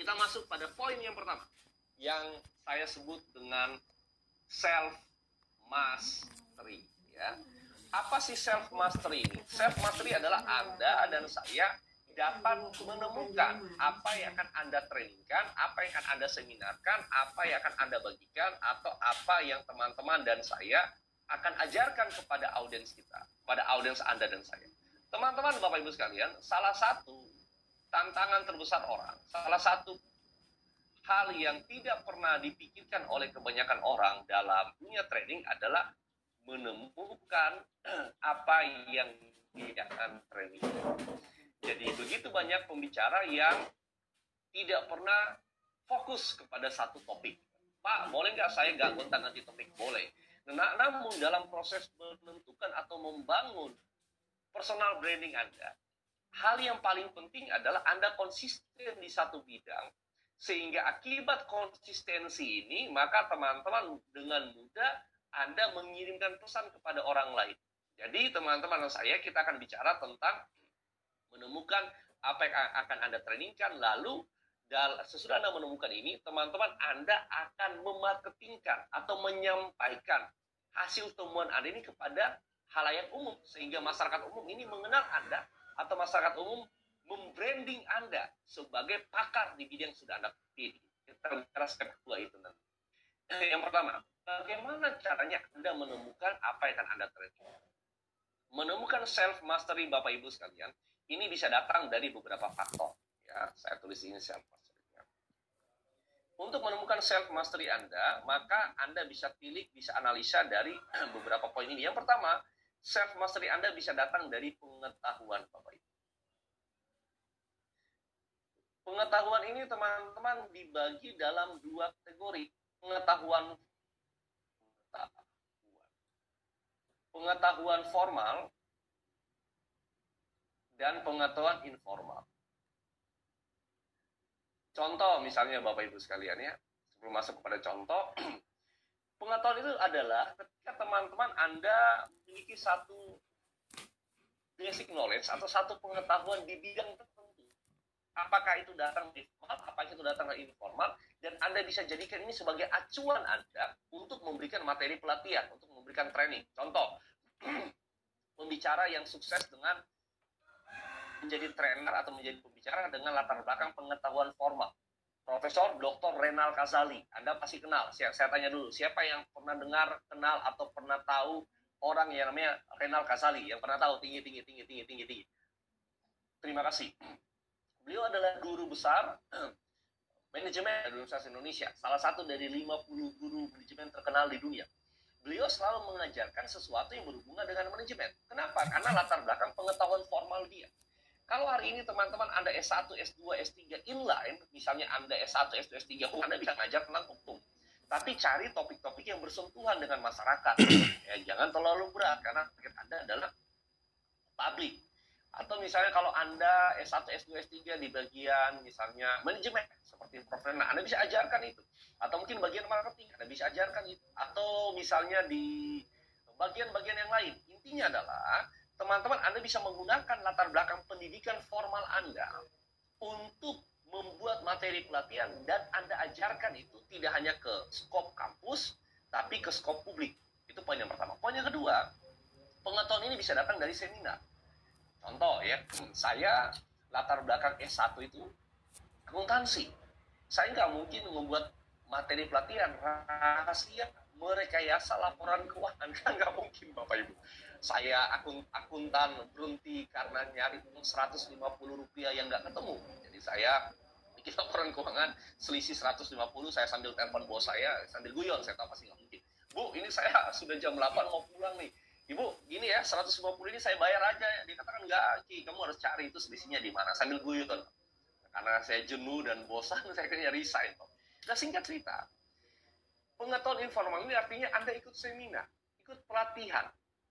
Kita masuk pada poin yang pertama, yang saya sebut dengan self mastery. Ya. Apa sih self mastery ini? Self mastery adalah Anda dan saya dapat menemukan apa yang akan Anda trainingkan, apa yang akan Anda seminarkan, apa yang akan Anda bagikan, atau apa yang teman-teman dan saya akan ajarkan kepada audiens kita, pada audiens Anda dan saya. Teman-teman, Bapak Ibu sekalian, salah satu tantangan terbesar orang, salah satu hal yang tidak pernah dipikirkan oleh kebanyakan orang dalam dunia training adalah menemukan apa yang dia akan training. Jadi begitu banyak pembicara yang tidak pernah fokus kepada satu topik. Pak, boleh nggak saya nggak gonta-ganti topik? Boleh. Namun dalam proses menentukan atau membangun personal branding Anda, hal yang paling penting adalah Anda konsisten di satu bidang. Sehingga akibat konsistensi ini, maka teman-teman dengan mudah Anda mengirimkan pesan kepada orang lain. Jadi teman-teman saya, kita akan bicara tentang menemukan apa yang akan Anda trainingkan, lalu sesudah Anda menemukan ini, teman-teman Anda akan memarketingkan atau menyampaikan hasil temuan Anda ini kepada halayak umum, sehingga masyarakat umum ini mengenal Anda, atau masyarakat umum membranding Anda sebagai pakar di bidang yang sudah Anda pilih. Kita bicara step kedua itu nanti. Yang pertama, bagaimana caranya Anda menemukan apa yang akan Anda trainingkan? Menemukan self mastery, Bapak Ibu sekalian, ini bisa datang dari beberapa faktor. Ya, saya tulis ini self mastery. Untuk menemukan self mastery Anda, maka Anda bisa pilih, bisa analisa dari beberapa poin ini. Yang pertama, self mastery Anda bisa datang dari pengetahuan, Bapak Ibu. Pengetahuan ini teman-teman dibagi dalam dua kategori. Pengetahuan formal dan pengetahuan informal. Contoh misalnya Bapak Ibu sekalian ya, sebelum masuk kepada contoh, pengetahuan itu adalah ketika teman-teman Anda memiliki satu basic knowledge atau satu pengetahuan di bidang tertentu. Apakah itu datang dari formal, apakah itu datang dari informal, dan Anda bisa jadikan ini sebagai acuan Anda untuk memberikan materi pelatihan, untuk memberikan training. Contoh, pembicara yang sukses dengan menjadi trainer atau menjadi pembicara dengan latar belakang pengetahuan formal. Profesor Dr. Renal Kazali, Anda pasti kenal. Saya tanya dulu, siapa yang pernah dengar, kenal, atau pernah tahu orang yang namanya Renal Kazali, yang pernah tahu tinggi. Terima kasih. Beliau adalah guru besar manajemen di Universitas Indonesia, salah satu dari 50 guru manajemen terkenal di dunia. Beliau selalu mengajarkan sesuatu yang berhubungan dengan manajemen. Kenapa? Karena latar belakang pengetahuan formal dia. Kalau hari ini teman-teman Anda S1, S2, S3 inline, misalnya Anda S1, S2, S3, Anda bisa ngajar tentang hukum. Tapi cari topik-topik yang bersentuhan dengan masyarakat. Ya, jangan terlalu berat, karena target Anda adalah publik. Atau misalnya kalau Anda S1, S2, S3 di bagian misalnya manajemen, seperti Prof. Rena, Anda bisa ajarkan itu. Atau mungkin bagian marketing, Anda bisa ajarkan itu. Atau misalnya di bagian-bagian yang lain. Intinya adalah, teman-teman Anda bisa menggunakan latar belakang pendidikan formal Anda untuk membuat materi pelatihan, dan Anda ajarkan itu tidak hanya ke skop kampus, tapi ke skop publik. Itu poin yang pertama. Poin yang kedua, pengetahuan ini bisa datang dari seminar. Contoh ya, saya latar belakang S1 itu akuntansi. Saya nggak mungkin membuat materi pelatihan rahasia merekayasa laporan keuangan, kan nggak mungkin Bapak Ibu. Saya akuntan berhenti karena nyari uang Rp150 yang nggak ketemu. Jadi saya bikin laporan keuangan selisih 150, saya sambil telepon bos saya, sambil guyon, saya tahu pasti nggak mungkin. Bu, ini saya sudah jam 8 mau pulang nih. Ibu, gini ya, 150 ini saya bayar aja. Dia katakan, enggak, Ki, kamu harus cari itu selisihnya di mana. Sambil guyon. Karena saya jenuh dan bosan, saya akhirnya resign. Nah, singkat cerita, pengetahuan informal ini artinya Anda ikut seminar, ikut pelatihan.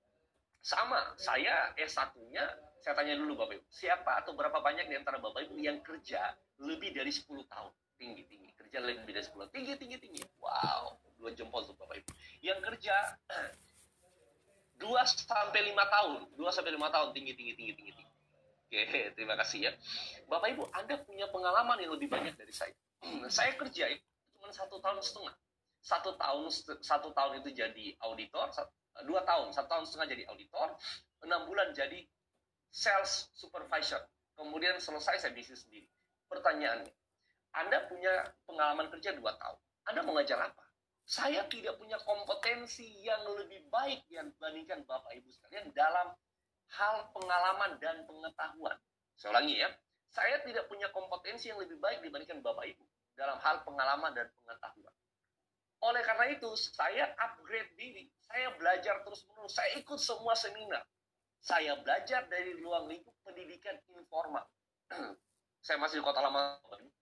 Sama, saya S1-nya, saya tanya dulu Bapak Ibu, siapa atau berapa banyak di antara Bapak Ibu yang kerja lebih dari 10 tahun? Tinggi. Kerja lebih dari 10 tahun. Tinggi. Wow, 2 jempol tuh Bapak Ibu. Yang kerja 2 sampai 5 tahun, tinggi. Oke, terima kasih ya. Bapak Ibu, Anda punya pengalaman yang lebih banyak dari saya. Saya kerja itu cuma 1,5 tahun. Satu tahun itu jadi auditor, 2 tahun, 1,5 tahun jadi auditor, 6 bulan jadi sales supervisor. Kemudian selesai saya bisnis sendiri. Pertanyaannya, Anda punya pengalaman kerja 2 tahun. Anda mengajar apa? Saya tidak punya kompetensi yang lebih baik dibandingkan Bapak Ibu sekalian dalam hal pengalaman dan pengetahuan. Saya ulangi ya, saya tidak punya kompetensi yang lebih baik dibandingkan Bapak Ibu dalam hal pengalaman dan pengetahuan. Oleh karena itu, saya upgrade diri, saya belajar terus-menerus, saya ikut semua seminar, saya belajar dari ruang lingkup pendidikan informal. Saya masih di Kota Lama.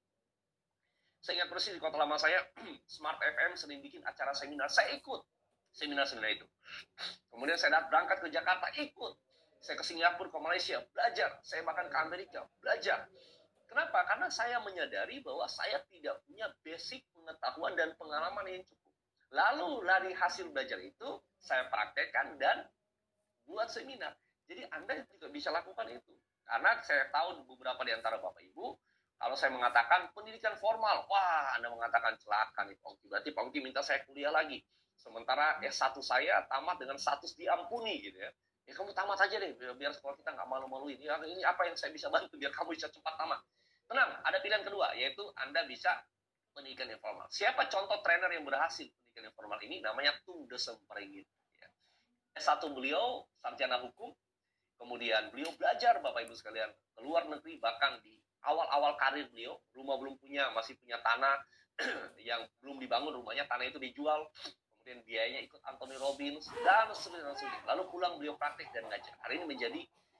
Saya ingat persis di Kota Lama saya, Smart FM sering bikin acara seminar, saya ikut seminar-seminar itu. Kemudian saya berangkat ke Jakarta, ikut. Saya ke Singapura, ke Malaysia, belajar. Saya bahkan ke Amerika, belajar. Kenapa? Karena saya menyadari bahwa saya tidak punya basic pengetahuan dan pengalaman yang cukup. Lalu dari hasil belajar itu, saya praktekkan dan buat seminar. Jadi Anda juga bisa lakukan itu. Karena saya tahu beberapa di antara Bapak Ibu, kalau saya mengatakan pendidikan formal, wah Anda mengatakan celaka nih Pak Ongki. Berarti Pak Ongki minta saya kuliah lagi. Sementara S1 saya tamat dengan status diampuni gitu ya. Ya kamu tamat aja deh, biar sekolah kita nggak malu-maluin. Ya, ini apa yang saya bisa bantu biar kamu bisa cepat tamat. Tenang, ada pilihan kedua, yaitu Anda bisa pendidikan informal. Siapa contoh trainer yang berhasil pendidikan informal ini? Namanya Tung Desem Paringgit. Ya. S1 beliau sarjana hukum, kemudian beliau belajar Bapak Ibu sekalian ke luar negeri, bahkan di awal-awal karir beliau, rumah belum punya, masih punya tanah yang belum dibangun rumahnya, tanah itu dijual, kemudian biayanya ikut Anthony Robbins, dan seterusnya. Lalu pulang beliau praktik dan ngajar. Hari ini menjadi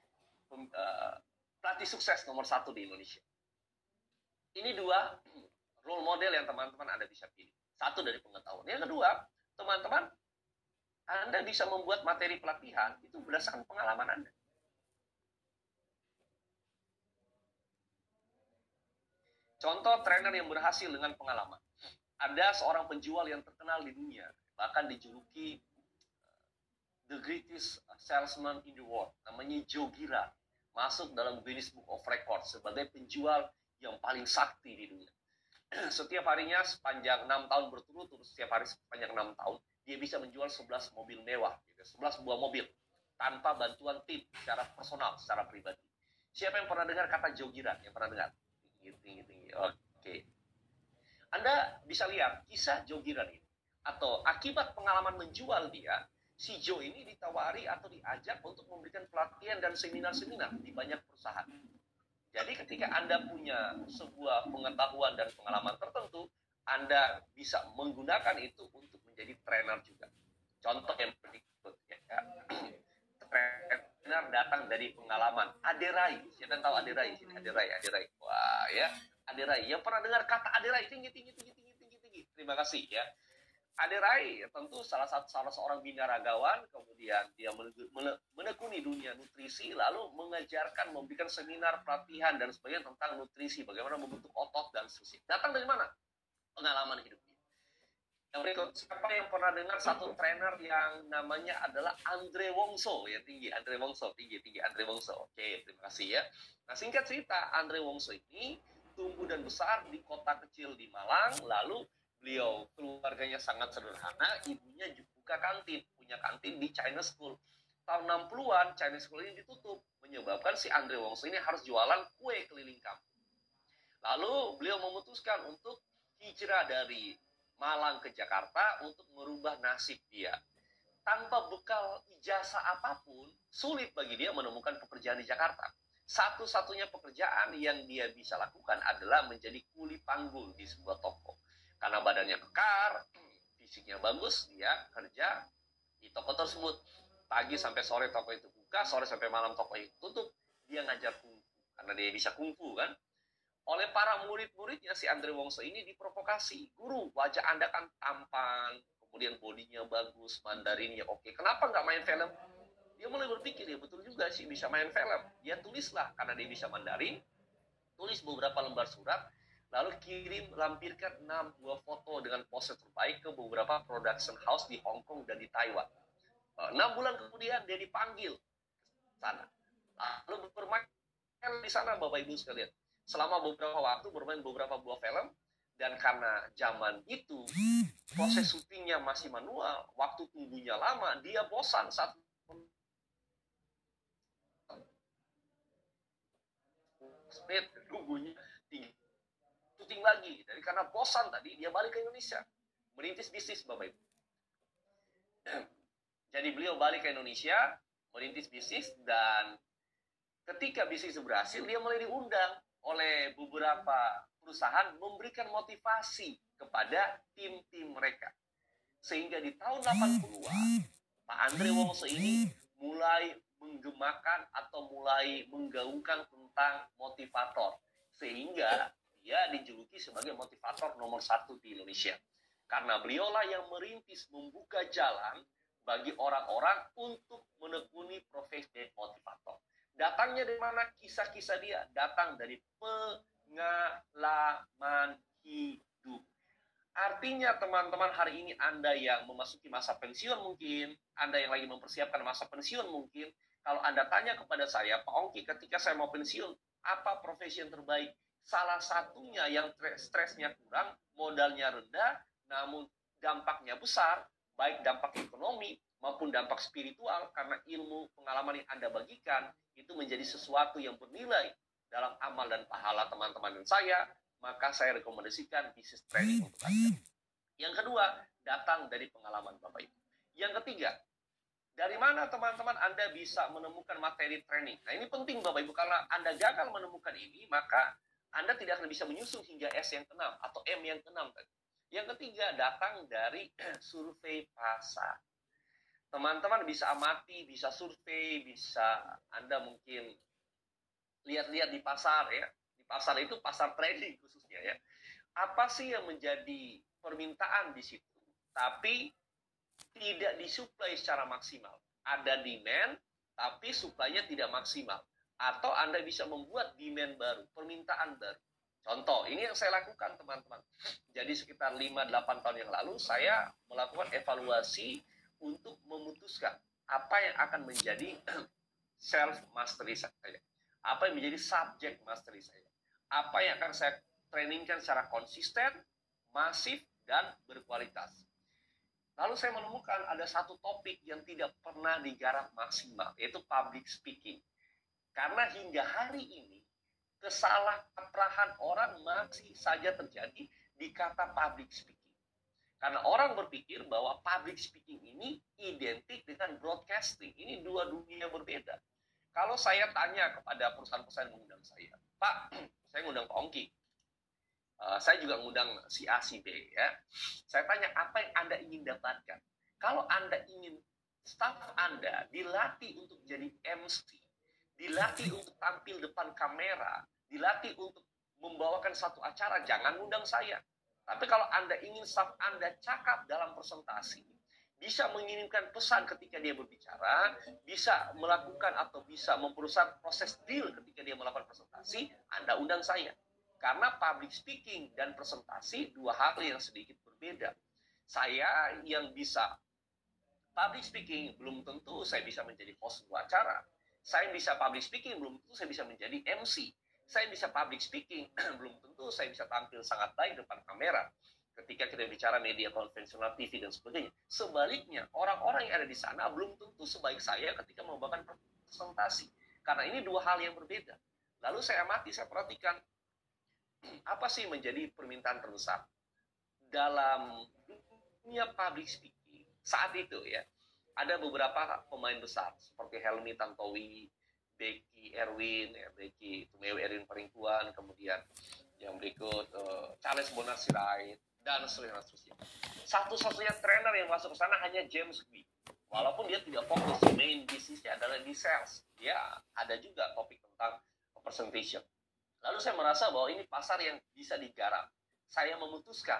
pelatih sukses nomor 1 di Indonesia. Ini 2 role model yang teman-teman Anda bisa pilih. Satu dari pengetahuan. Yang kedua, teman-teman, Anda bisa membuat materi pelatihan itu berdasarkan pengalaman Anda. Contoh trainer yang berhasil dengan pengalaman. Ada seorang penjual yang terkenal di dunia, bahkan dijuluki the greatest salesman in the world. Namanya Joe Gira. Masuk dalam Guinness Book of Records sebagai penjual yang paling sakti di dunia. Setiap harinya sepanjang 6 tahun berturut-turut, setiap hari sepanjang 6 tahun, dia bisa menjual 11 mobil mewah, 11 buah mobil, tanpa bantuan tim, secara personal, secara pribadi. Siapa yang pernah dengar kata Joe Gira? Yang pernah dengar? Tinggi. Oke. Anda bisa lihat kisah Joe Gira ini. Atau akibat pengalaman menjual dia, si Joe ini ditawari atau diajak untuk memberikan pelatihan dan seminar-seminar di banyak perusahaan. Jadi ketika Anda punya sebuah pengetahuan dan pengalaman tertentu, Anda bisa menggunakan itu untuk menjadi trainer juga. Contoh yang berikut ya. Trainer datang dari pengalaman. Aderai, siapa yang tahu Aderai? Aderai. Wah ya, Aderai. Yang pernah dengar kata Aderai? Tinggi. Terima kasih ya. Aderai tentu salah seorang binaragawan, kemudian dia menekuni dunia nutrisi, lalu mengajarkan, memberikan seminar, pelatihan, dan sebagainya tentang nutrisi, bagaimana membentuk otot, dan seterusnya. Datang dari mana? Pengalaman hidupnya. Yang berikut, siapa yang pernah dengar satu trainer yang namanya adalah Andre Wongso? Ya, tinggi, Andre Wongso. Oke, terima kasih ya. Nah, singkat cerita, Andre Wongso ini tumbuh dan besar di kota kecil di Malang, lalu beliau keluarganya sangat sederhana, ibunya buka kantin, punya kantin di China School. Tahun 60-an China School ini ditutup, menyebabkan si Andre Wongso ini harus jualan kue keliling kampung. Lalu beliau memutuskan untuk hijrah dari Malang ke Jakarta untuk merubah nasib dia. Tanpa bekal ijazah apapun, sulit bagi dia menemukan pekerjaan di Jakarta. Satu-satunya pekerjaan yang dia bisa lakukan adalah menjadi kuli panggul di sebuah toko. Karena badannya kekar, fisiknya bagus, dia kerja di toko tersebut. Pagi sampai sore toko itu buka, sore sampai malam toko itu tutup. Dia ngajar kungfu, karena dia bisa kungfu kan. Oleh para murid-muridnya, si Andre Wongso ini diprovokasi. Guru, wajah Anda kan tampan, kemudian bodinya bagus, Mandarinnya oke. Kenapa nggak main film? Dia mulai berpikir, ya betul juga sih bisa main film. Dia tulislah, karena dia bisa Mandarin, tulis beberapa lembar surat, lalu lampirkan 6 buah foto dengan pose terbaik ke beberapa production house di Hong Kong dan di Taiwan. 6 bulan kemudian dia dipanggil ke sana. Lalu bermain di sana Bapak Ibu sekalian. Selama beberapa waktu bermain beberapa buah film, dan karena zaman itu proses syutingnya masih manual, waktu tunggunya lama, dia bosan saat speed tunggunya tinggi, syuting lagi. Jadi karena bosan tadi, dia balik ke Indonesia merintis bisnis Bapak Ibu. Jadi beliau balik ke Indonesia merintis bisnis, dan ketika bisnis berhasil, dia mulai diundang oleh beberapa perusahaan memberikan motivasi kepada tim-tim mereka. Sehingga di tahun 80-an, Pak Andre Wongso ini mulai menggemakan atau mulai menggaungkan tentang motivator. Sehingga dia dijuluki sebagai motivator nomor 1 di Indonesia. Karena beliaulah yang merintis, membuka jalan bagi orang-orang untuk menekuni profesi motivator. Datangnya dari mana kisah-kisah dia? Datang dari pengalaman hidup. Artinya teman-teman, hari ini Anda yang memasuki masa pensiun mungkin, Anda yang lagi mempersiapkan masa pensiun mungkin, kalau Anda tanya kepada saya, Pak Ongki, ketika saya mau pensiun, apa profesi yang terbaik? Salah satunya yang stresnya kurang, modalnya rendah, namun dampaknya besar, baik dampak ekonomi maupun dampak spiritual, karena ilmu pengalaman yang Anda bagikan, itu menjadi sesuatu yang bernilai dalam amal dan pahala teman-teman dan saya, maka saya rekomendasikan bisnis training untuk Anda. Yang kedua, datang dari pengalaman Bapak Ibu. Yang ketiga, dari mana teman-teman Anda bisa menemukan materi training? Nah, ini penting Bapak Ibu, karena Anda gagal menemukan ini, maka Anda tidak akan bisa menyusun hingga S yang ke-6 atau M yang ke-6 tadi. Yang ketiga, datang dari survei pasar. Teman-teman bisa amati, bisa survei, bisa Anda mungkin lihat-lihat di pasar ya. Di pasar itu pasar trading khususnya ya. Apa sih yang menjadi permintaan di situ? Tapi tidak disuplai secara maksimal. Ada demand, tapi suplainya tidak maksimal. Atau Anda bisa membuat demand baru, permintaan baru. Contoh, ini yang saya lakukan teman-teman. Jadi sekitar 5-8 tahun yang lalu, saya melakukan evaluasi untuk memutuskan apa yang akan menjadi self-mastery saya. Apa yang menjadi subject mastery saya. Apa yang akan saya trainingkan secara konsisten, masif, dan berkualitas. Lalu saya menemukan ada satu topik yang tidak pernah digarap maksimal, yaitu public speaking. Karena hingga hari ini, kesalahkaprahan orang masih saja terjadi di kata public speaking. Karena orang berpikir bahwa public speaking ini identik dengan broadcasting. Ini dua dunia berbeda. Kalau saya tanya kepada perusahaan-perusahaan yang mengundang saya, Pak, saya ngundang Pak Ongki. Saya juga ngundang si A, si B. Ya. Saya tanya, apa yang Anda ingin dapatkan? Kalau Anda ingin staff Anda dilatih untuk jadi MC, dilatih untuk tampil depan kamera, dilatih untuk membawakan satu acara, jangan ngundang saya. Tapi kalau Anda ingin staff Anda cakap dalam presentasi, bisa mengirimkan pesan ketika dia berbicara, bisa melakukan atau bisa memperusaha proses deal ketika dia melakukan presentasi, Anda undang saya. Karena public speaking dan presentasi dua hal yang sedikit berbeda. Saya yang bisa public speaking, belum tentu saya bisa menjadi host sebuah acara. Saya bisa public speaking, belum tentu saya bisa menjadi MC. Saya bisa public speaking, belum tentu saya bisa tampil sangat baik depan kamera. Ketika kita bicara media konvensional, TV, dan sebagainya. Sebaliknya, orang-orang yang ada di sana belum tentu sebaik saya ketika membawakan presentasi. Karena ini dua hal yang berbeda. Lalu saya amati, saya perhatikan, apa sih menjadi permintaan terbesar dalam dunia public speaking saat itu ya. Ada beberapa pemain besar seperti Helmi Tantowi, Becky Erwin, ya, Becky Tumewi Erwin Paringkuan, kemudian yang berikut Charles Bonar Sirait, dan seterusnya. Satu-satunya trainer yang masuk ke sana hanya James Lee. Walaupun dia tidak fokus, main bisnisnya adalah di sales. Dia ada juga topik tentang presentation. Lalu saya merasa bahwa ini pasar yang bisa digarap. Saya memutuskan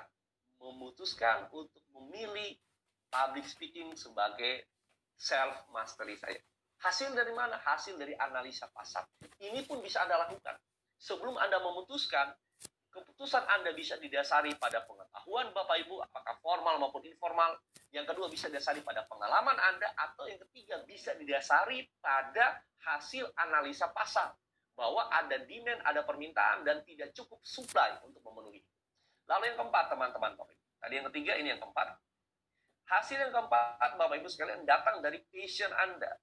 untuk memilih public speaking sebagai self-mastery saya. Hasil dari mana? Hasil dari analisa pasar. Ini pun bisa Anda lakukan. Sebelum Anda memutuskan, keputusan Anda bisa didasari pada pengetahuan Bapak Ibu, apakah formal maupun informal. Yang kedua bisa didasari pada pengalaman Anda, atau yang ketiga bisa didasari pada hasil analisa pasar. bahwa ada demand, ada permintaan, dan tidak cukup supply untuk memenuhi. Lalu yang keempat, teman-teman, tadi yang ketiga, ini yang keempat. Hasil yang keempat, Bapak Ibu sekalian, datang dari passion Anda.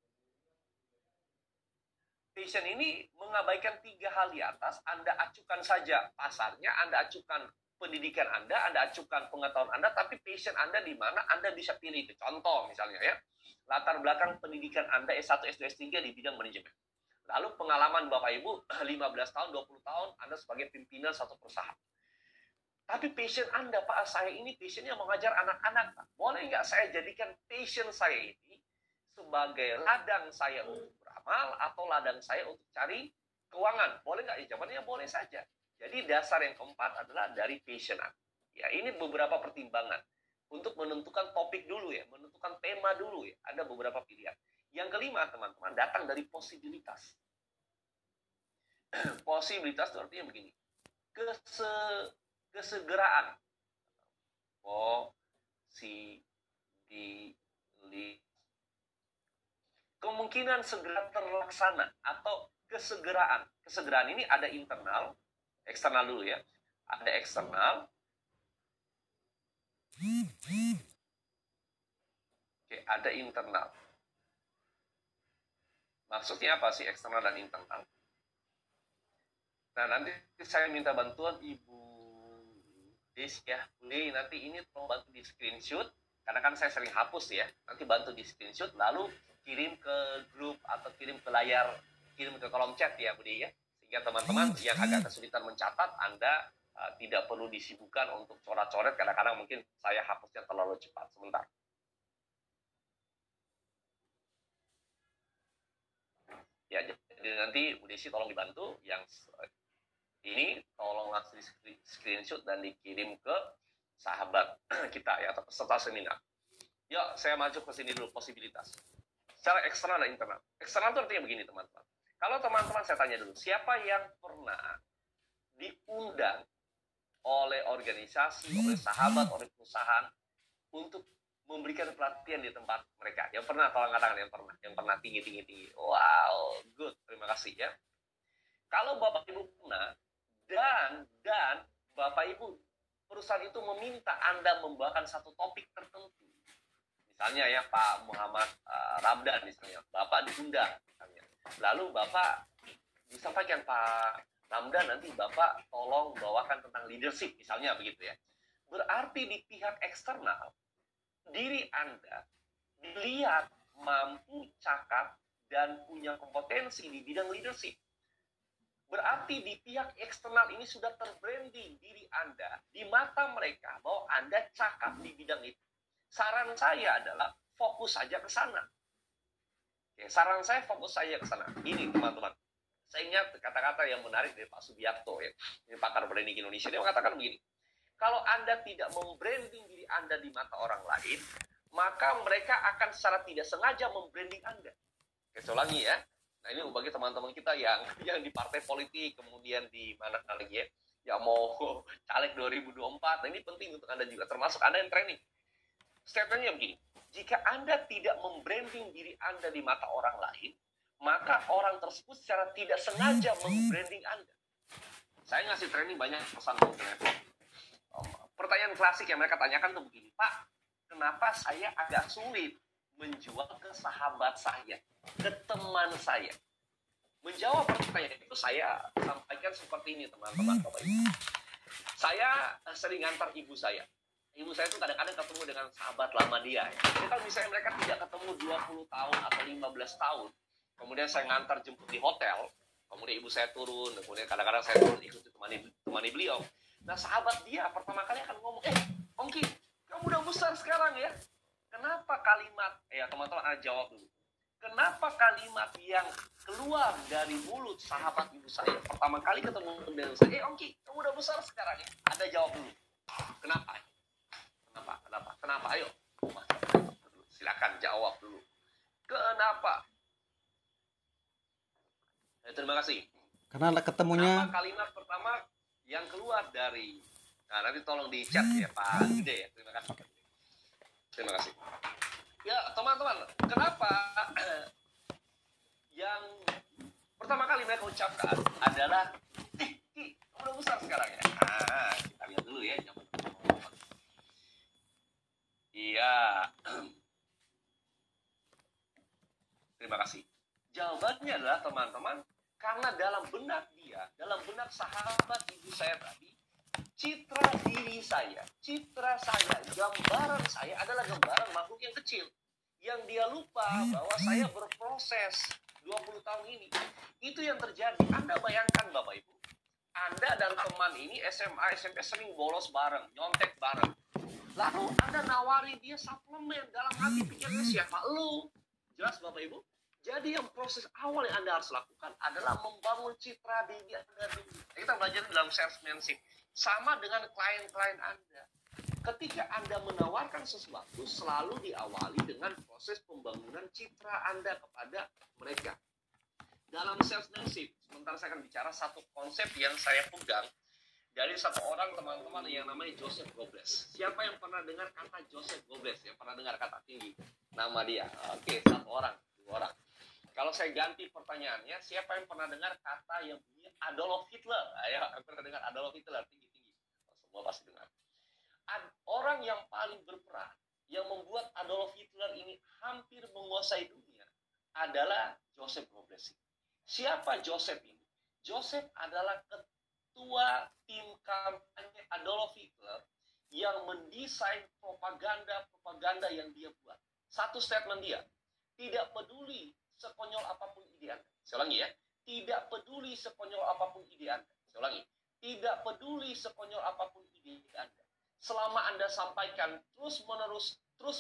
Passion ini mengabaikan 3 hal di atas. Anda acukan saja pasarnya, Anda acukan pendidikan Anda acukan pengetahuan Anda, tapi passion Anda di mana, Anda bisa pilih itu. Contoh misalnya ya, latar belakang pendidikan Anda S1, S2, S3 di bidang manajemen. Lalu pengalaman Bapak Ibu 15 tahun, 20 tahun Anda sebagai pimpinan satu perusahaan. Tapi passion Anda, Pak, saya ini passionnya mengajar anak-anak. Pak. Boleh nggak saya jadikan passion saya ini sebagai ladang saya untuk beramal atau ladang saya untuk cari keuangan? Boleh nggak? Ya, jawabannya boleh saja. Jadi dasar yang keempat adalah dari passion Anda. Ya, ini beberapa pertimbangan. Untuk menentukan topik dulu ya, menentukan tema dulu ya. Ada beberapa pilihan. Yang kelima, teman-teman, datang dari posibilitas. Posibilitas itu artinya begini. Kesegeraan. Kemungkinan segera terlaksana atau kesegeraan. Kesegeraan ini ada internal, eksternal dulu ya. Ada eksternal. Oke, ada internal. Maksudnya apa sih eksternal dan internal? Nah, nanti saya minta bantuan Ibu Des ya. Budi, nanti ini tolong bantu di screenshot. Karena kan saya sering hapus ya. Nanti bantu di screenshot, lalu kirim ke grup atau kirim ke layar, kirim ke kolom chat ya Budi ya. Sehingga teman-teman yang agak kesulitan mencatat, Anda tidak perlu disibukkan untuk coret-coret. Kadang-kadang mungkin saya hapusnya terlalu cepat. Sebentar. Ya, jadi nanti Bu Desi tolong dibantu yang ini tolong langsung di screenshot dan dikirim ke sahabat kita ya atau peserta seminar. Yuk, saya maju ke sini dulu posibilitas. Secara eksternal dan internal. Eksternal itu artinya begini, teman-teman. Kalau teman-teman saya tanya dulu, siapa yang pernah diundang oleh organisasi, oleh sahabat, oleh perusahaan untuk memberikan pelatihan di tempat mereka? Yang pernah, tolong katakan yang pernah tinggi. Wow, good, terima kasih ya. Kalau Bapak Ibu pernah dan Bapak Ibu perusahaan itu meminta Anda membawakan satu topik tertentu, misalnya ya Pak Muhammad Ramdan misalnya, Bapak diundang misalnya. Lalu Bapak disampaikan Pak Ramdan, nanti Bapak tolong bawakan tentang leadership misalnya begitu ya. Berarti di pihak eksternal diri Anda dilihat mampu, cakap, dan punya kompetensi di bidang leadership. Berarti di pihak eksternal ini sudah terbranding diri Anda di mata mereka bahwa Anda cakap di bidang itu. Saran saya adalah fokus saja ke sana. Oke, saran saya fokus saja ke sana. Ini teman-teman. Saya ingat kata-kata yang menarik dari Pak Subiakto ya. Ini pakar branding Indonesia. Dia mengatakan begini. Kalau Anda tidak membranding diri Anda di mata orang lain, maka mereka akan secara tidak sengaja membranding Anda. Oke, saya ulangi ya. Nah, ini bagi teman-teman kita yang di partai politik, kemudian di mana lagi ya, yang mau caleg 2024. Nah, ini penting untuk Anda juga, termasuk Anda yang training. Statementnya begini, jika Anda tidak membranding diri Anda di mata orang lain, maka orang tersebut secara tidak sengaja membranding Anda. Saya ngasih training banyak pesan pertanyaan klasik yang mereka tanyakan tuh begini, Pak, kenapa saya agak sulit menjual ke sahabat saya, ke teman saya? Menjawab pertanyaan itu saya sampaikan seperti ini, teman-teman, Bapak Ibu. Saya sering ngantar ibu saya. Ibu saya itu kadang-kadang ketemu dengan sahabat lama dia. Ya. Jadi kalau misalnya mereka tidak ketemu 20 tahun atau 15 tahun, kemudian saya ngantar jemput di hotel, kemudian ibu saya turun, kemudian kadang-kadang saya turun ikut temani beliau. Nah, sahabat dia pertama kali akan ngomong, Ongki, kamu udah besar sekarang ya. Kenapa kalimat, teman-teman Anda jawab dulu. Kenapa kalimat yang keluar dari mulut sahabat ibu saya pertama kali ketemu dengan saya, Ongki, kamu udah besar sekarang ya. Anda jawab dulu. Kenapa? Ayo. Silakan jawab dulu. Kenapa? Terima kasih. Karena ketemunya. Kenapa kalimat pertama yang keluar dari, nah nanti tolong di chat ya Pak Gede ya. Terima kasih. Okay. Terima kasih. Ya teman-teman, kenapa yang pertama kali mereka ucapkan adalah, Ki, kamu udah besar sekarang ya? Kita lihat dulu ya. Iya. Terima kasih. Jawabannya adalah teman-teman, karena dalam benak dia, dalam benak sahabat ibu saya tadi, citra diri saya, citra saya, gambaran saya adalah gambaran makhluk yang kecil. Yang dia lupa bahwa saya berproses 20 tahun ini. Itu yang terjadi. Anda bayangkan Bapak Ibu, Anda dan teman ini SMA, SMP sering bolos bareng, nyontek bareng. Lalu Anda nawari dia suplemen, dalam hati pikirnya siapa? Lu. Jelas Bapak Ibu? Jadi yang proses awal yang Anda harus lakukan adalah membangun citra diri Anda dulu. Kita belajar dalam salesmanship. Sama dengan klien-klien Anda. Ketika Anda menawarkan sesuatu, selalu diawali dengan proses pembangunan citra Anda kepada mereka. Dalam salesmanship, sementara saya akan bicara satu konsep yang saya pegang dari satu orang teman-teman yang namanya Joseph Goebbels. Siapa yang pernah dengar kata Joseph Goebbels? Yang pernah dengar kata tinggi? Nama dia. Oke, satu orang, dua orang. Kalau saya ganti pertanyaannya, siapa yang pernah dengar kata yang bunyi Adolf Hitler? Ayo, yang pernah dengar Adolf Hitler? Tinggi-tinggi. Semua pasti dengar. Orang yang paling berperan, yang membuat Adolf Hitler ini hampir menguasai dunia, adalah Joseph Goebbels. Siapa Joseph ini? Joseph adalah ketua tim kampanye Adolf Hitler yang mendesain propaganda yang dia buat. Satu statement dia, tidak peduli sekonyol apapun ide Anda. Saya ulangi ya, tidak peduli sekonyol apapun ide Anda. Saya ulangi, tidak peduli sekonyol apapun ide Anda. Selama Anda sampaikan terus-menerus,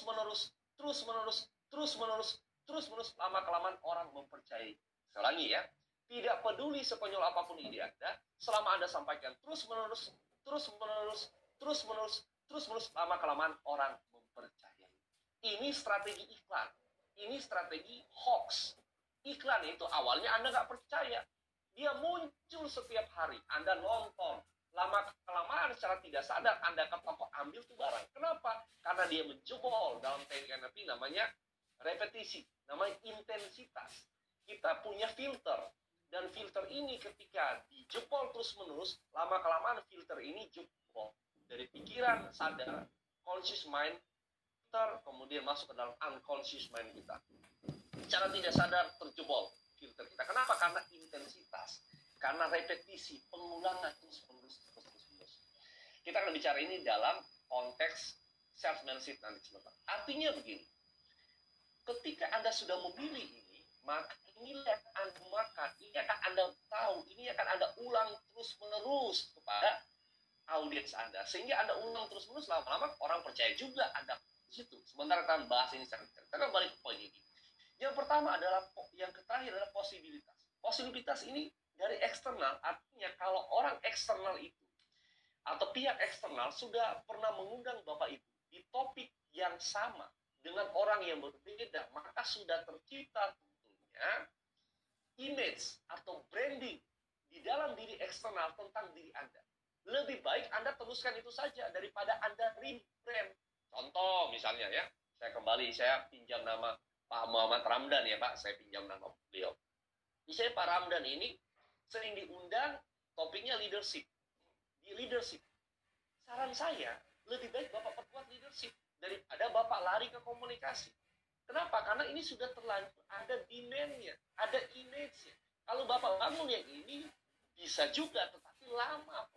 lama-kelamaan orang mempercayai. Saya ulangi ya, tidak peduli sekonyol apapun ide Anda, selama Anda sampaikan terus-menerus, lama-kelamaan orang mempercayai. Ini strategi iklan. Ini strategi hoax. Iklan itu awalnya Anda nggak percaya. Dia muncul setiap hari. Anda nonton. Lama-kelamaan secara tidak sadar Anda kelompok ambil tuh barang. Kenapa? Karena dia menjebol dalam teknik NLP namanya repetisi. Namanya intensitas. Kita punya filter. Dan filter ini ketika dijebol terus-menerus, lama-kelamaan filter ini jebol. Dari pikiran sadar, conscious mind, kemudian masuk ke dalam unconscious mind kita. Secara tidak sadar terjebol filter kita. Kenapa? Karena intensitas, karena repetisi, pengulangan terus-menerus. Kita akan bicara ini dalam konteks salesmanship nanti sebentar. Artinya begini, ketika Anda sudah memilih ini, maka inilah yang Anda makan, ini akan Anda tahu, ini akan Anda ulang terus-menerus kepada audiens Anda. Sehingga Anda ulang terus-menerus, lama-lama orang percaya juga Anda situ. Sementara kita bahas ini secara kita kembali ke poin ini. Yang pertama adalah, yang terakhir adalah posibilitas. Posibilitas ini dari eksternal, artinya kalau orang eksternal itu atau pihak eksternal sudah pernah mengundang Bapak Ibu di topik yang sama dengan orang yang berbeda, maka sudah tercipta tentunya image atau branding di dalam diri eksternal tentang diri Anda. Lebih baik Anda teruskan itu saja daripada Anda rebrand. Contoh misalnya ya, saya pinjam nama Pak Muhammad Ramdan ya Pak, saya pinjam nama beliau. Misalnya Pak Ramdan ini sering diundang topiknya leadership. Di leadership, saran saya lebih baik Bapak perkuat leadership daripada Bapak lari ke komunikasi. Kenapa? Karena ini sudah terlanjur ada demand-nya, ada image-nya. Kalau Bapak bangun yang ini bisa juga, tetapi lama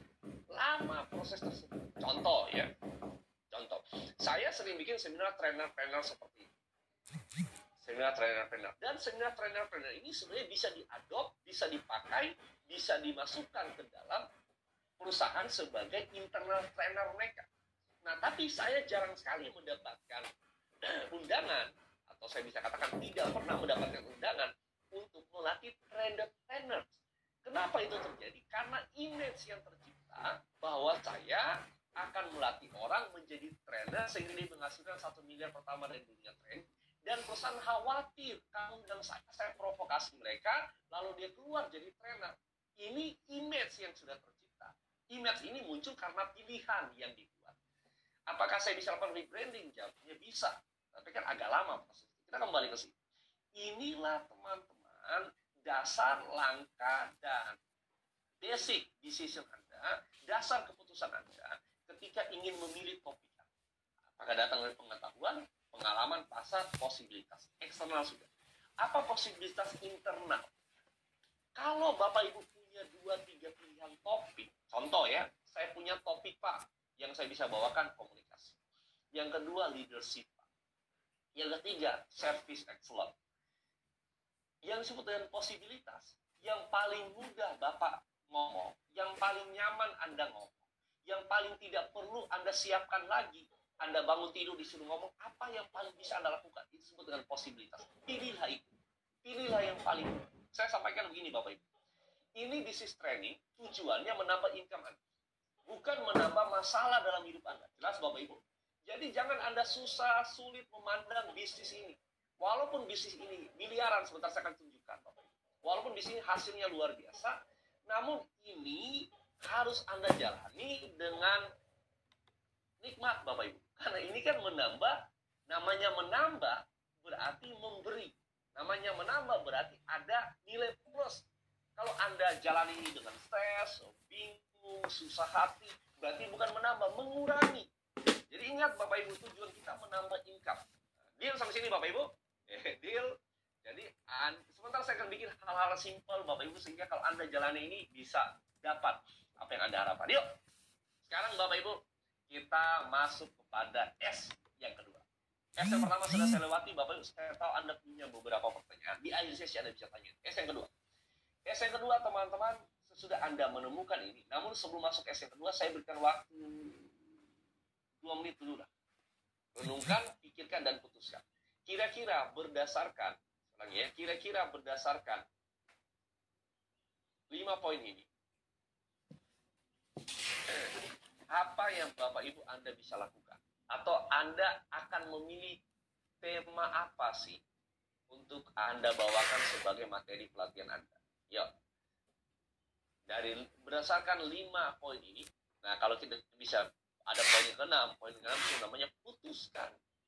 proses tersebut. Contoh ya. Contoh, saya sering bikin seminar trainer-trainer seperti ini. Seminar trainer-trainer. Dan seminar trainer-trainer ini sebenarnya bisa diadop, bisa dipakai, bisa dimasukkan ke dalam perusahaan sebagai internal trainer mereka. Nah, tapi saya jarang sekali mendapatkan undangan, atau saya bisa katakan tidak pernah mendapatkan undangan untuk melatih trainer. Kenapa itu terjadi? Karena image yang tercipta bahwa saya akan melatih orang menjadi trainer sehingga dia menghasilkan 1 miliar pertama dari dunia training, dan perusahaan khawatir kamu dan saya provokasi mereka lalu dia keluar jadi trainer. Ini image yang sudah tercipta. Image ini muncul karena pilihan yang dibuat. Apakah saya bisa lakukan rebranding? Jawabnya bisa, tapi kan agak lama proses. Kita kembali ke sini. Inilah teman-teman dasar langkah dan basic decision Anda, dasar keputusan Anda ketika ingin memilih topik. Apakah datang dari pengetahuan, pengalaman, pasar, posibilitas. Eksternal sudah. Apa posibilitas internal? Kalau Bapak Ibu punya 2-3 pilihan topik, contoh ya, saya punya topik Pak, yang saya bisa bawakan komunikasi. Yang kedua, leadership Pak. Yang ketiga, service excellence. Yang disebut dengan posibilitas, yang paling mudah Bapak ngomong, yang paling nyaman Anda ngomong, yang paling tidak perlu Anda siapkan lagi, Anda bangun tidur disuruh ngomong, apa yang paling bisa Anda lakukan? Itu disebut dengan posibilitas. Pilihlah itu. Pilihlah yang paling mudah. Saya sampaikan begini Bapak Ibu. Ini bisnis training tujuannya menambah income Anda. Bukan menambah masalah dalam hidup Anda. Jelas Bapak Ibu? Jadi jangan Anda susah, sulit memandang bisnis ini. Walaupun bisnis ini miliaran, sebentar saya akan tunjukkan Bapak Ibu. Walaupun bisnis ini hasilnya luar biasa, namun ini harus Anda jalani dengan nikmat Bapak Ibu. Karena ini kan menambah, namanya menambah berarti memberi. Namanya menambah berarti ada nilai plus. Kalau Anda jalani ini dengan stres, bingung, susah hati, berarti bukan menambah, mengurangi. Jadi ingat Bapak Ibu, tujuan kita menambah income. Deal sampai sini Bapak Ibu? Deal. Jadi sebentar saya akan bikin hal-hal simpel Bapak Ibu, sehingga kalau Anda jalani ini bisa dapat apa yang Anda harapkan. Yuk, sekarang Bapak Ibu, kita masuk kepada S yang kedua. S yang pertama sudah saya lewati Bapak Ibu, saya tahu Anda punya beberapa pertanyaan. Di akhir sesi Anda bisa tanya. S yang kedua. S yang kedua teman-teman, sesudah Anda menemukan ini, namun sebelum masuk S yang kedua, saya berikan waktu 2 menit dulu lah. Renungkan, pikirkan, dan putuskan. Kira-kira berdasarkan, kira-kira berdasarkan 5 poin ini, apa yang Bapak Ibu Anda bisa lakukan? Atau Anda akan memilih tema apa sih untuk Anda bawakan sebagai materi pelatihan Anda? Yuk. Berdasarkan 5 poin ini, nah kalau kita bisa ada poin ke-6 itu namanya putuskan.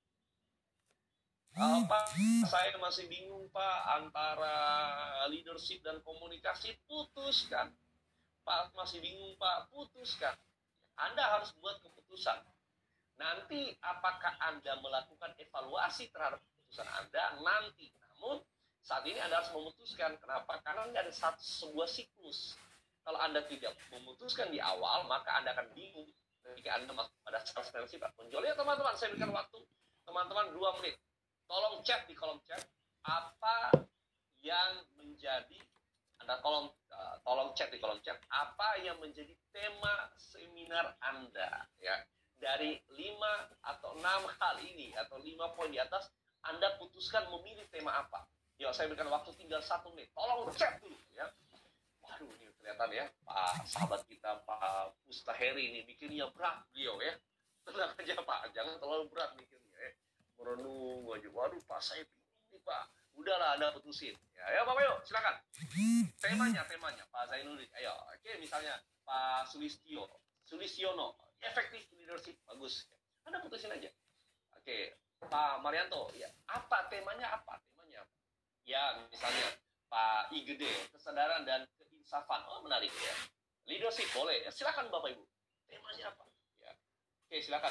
Pak, saya masih bingung Pak antara leadership dan komunikasi, putuskan. Pak, masih bingung Pak, putuskan. Anda harus buat keputusan. Nanti apakah Anda melakukan evaluasi terhadap keputusan Anda nanti. Namun saat ini Anda harus memutuskan. Kenapa? Karena ini ada sebuah siklus. Kalau Anda tidak memutuskan di awal, maka Anda akan bingung ketika Anda masuk pada sales sifat penjual. Ya teman-teman, saya berikan waktu teman-teman 2 menit. Tolong chat di kolom chat apa yang menjadi tolong chat di kolom chat apa yang menjadi tema seminar Anda ya. Dari 5 atau 6 hal ini atau 5 poin di atas, Anda putuskan memilih tema apa. Yuk, saya berikan waktu tinggal 1 menit. Tolong chat dulu ya. Waduh, ini kelihatan ya, Pak sahabat kita Pak Pustaheri ini mikirnya berat beliau ya. Tenang aja Pak, jangan terlalu berat mikirnya ya. Merenung aja, waduh Pak saya ini Pak. Udahlah Anda putusin. Ya Bapak yuk, silakan. Temanya Pak Zainuddin. Ayo, oke misalnya Pak Sulistiono, effective leadership, bagus. Anda putusin aja. Oke, Pak Marianto, ya apa temanya apa? Ya misalnya Pak Igede, kesadaran dan keinsafan. Oh menarik ya. Leadership boleh. Ya, silakan Bapak Ibu. Temanya apa? Ya. Oke, silakan.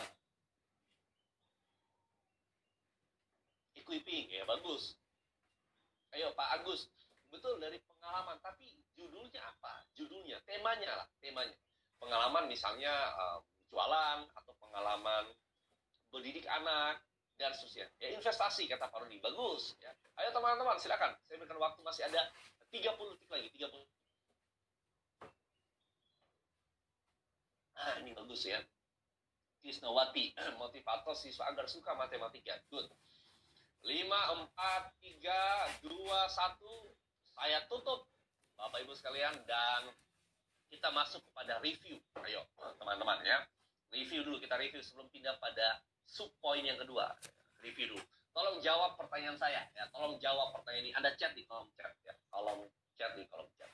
Equipping, ya bagus. Ayo Pak Agus, betul dari pengalaman, tapi judulnya apa? Judulnya, temanya lah, temanya. Pengalaman misalnya jualan atau pengalaman mendidik anak dan seterusnya. Ya investasi kata Pak Rudi, bagus. Ya. Ayo teman-teman, silakan. Saya berikan waktu masih ada 30 detik lagi, 30. Ah, ini bagus ya. Krisnawati, motivator siswa agar suka matematika. Good. 5, 4, 3, 2, 1. Saya tutup Bapak Ibu sekalian dan kita masuk kepada review. Ayo teman-teman ya. Review dulu, kita review sebelum pindah pada subpoin yang kedua. Review dulu. Tolong jawab pertanyaan saya ya. Tolong jawab pertanyaan ini. Anda chat di kolom chat ya. Kolom chat di kolom chat.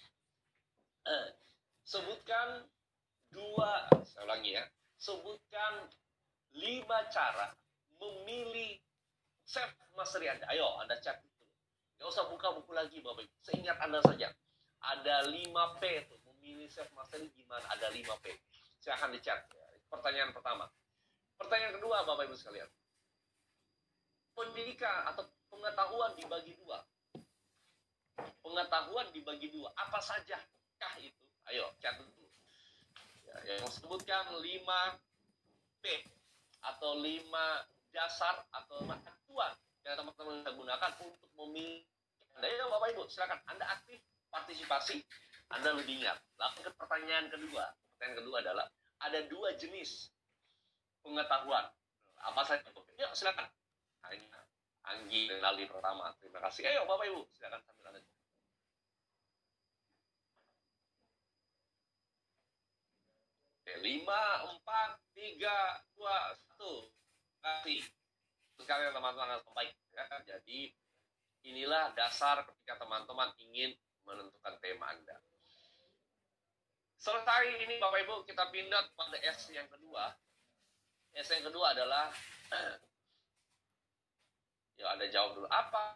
Sebutkan saya ulangi ya. Sebutkan 5 cara memilih self mastery Anda. Ayo, Anda chat itu. Nggak usah buka buku lagi, Bapak Ibu. Seingat Anda saja. Ada 5P tuh. Memilih self mastery gimana? Ada 5P. Silahkan dicat. Ya. Pertanyaan pertama. Pertanyaan kedua, Bapak Ibu sekalian. Pendidikan atau pengetahuan dibagi dua. Pengetahuan dibagi dua. Apa saja kah itu? Ayo, catat dulu. Ya, yang sebutkan 5P atau 5 dasar atau 5 acuan yang teman-teman bisa gunakan untuk memilih. Anda ya Bapak Ibu, silakan. Anda aktif partisipasi, Anda lebih ingat. Lalu ke pertanyaan kedua. Pertanyaan kedua adalah ada 2 jenis pengetahuan. Apa saja? Yuk silakan. Nah, ini Anggi dan Lali pertama. Terima kasih. Ayo Bapak Ibu, silakan sambil Anda. Oke, 5, 4, 3, 2, 1. Terima kasih. Sekalian teman-teman baik. Ya. Jadi inilah dasar ketika teman-teman ingin menentukan tema Anda. Selesai ini Bapak Ibu, kita pindah pada S yang kedua. S yang kedua adalah ya Anda jawab dulu apa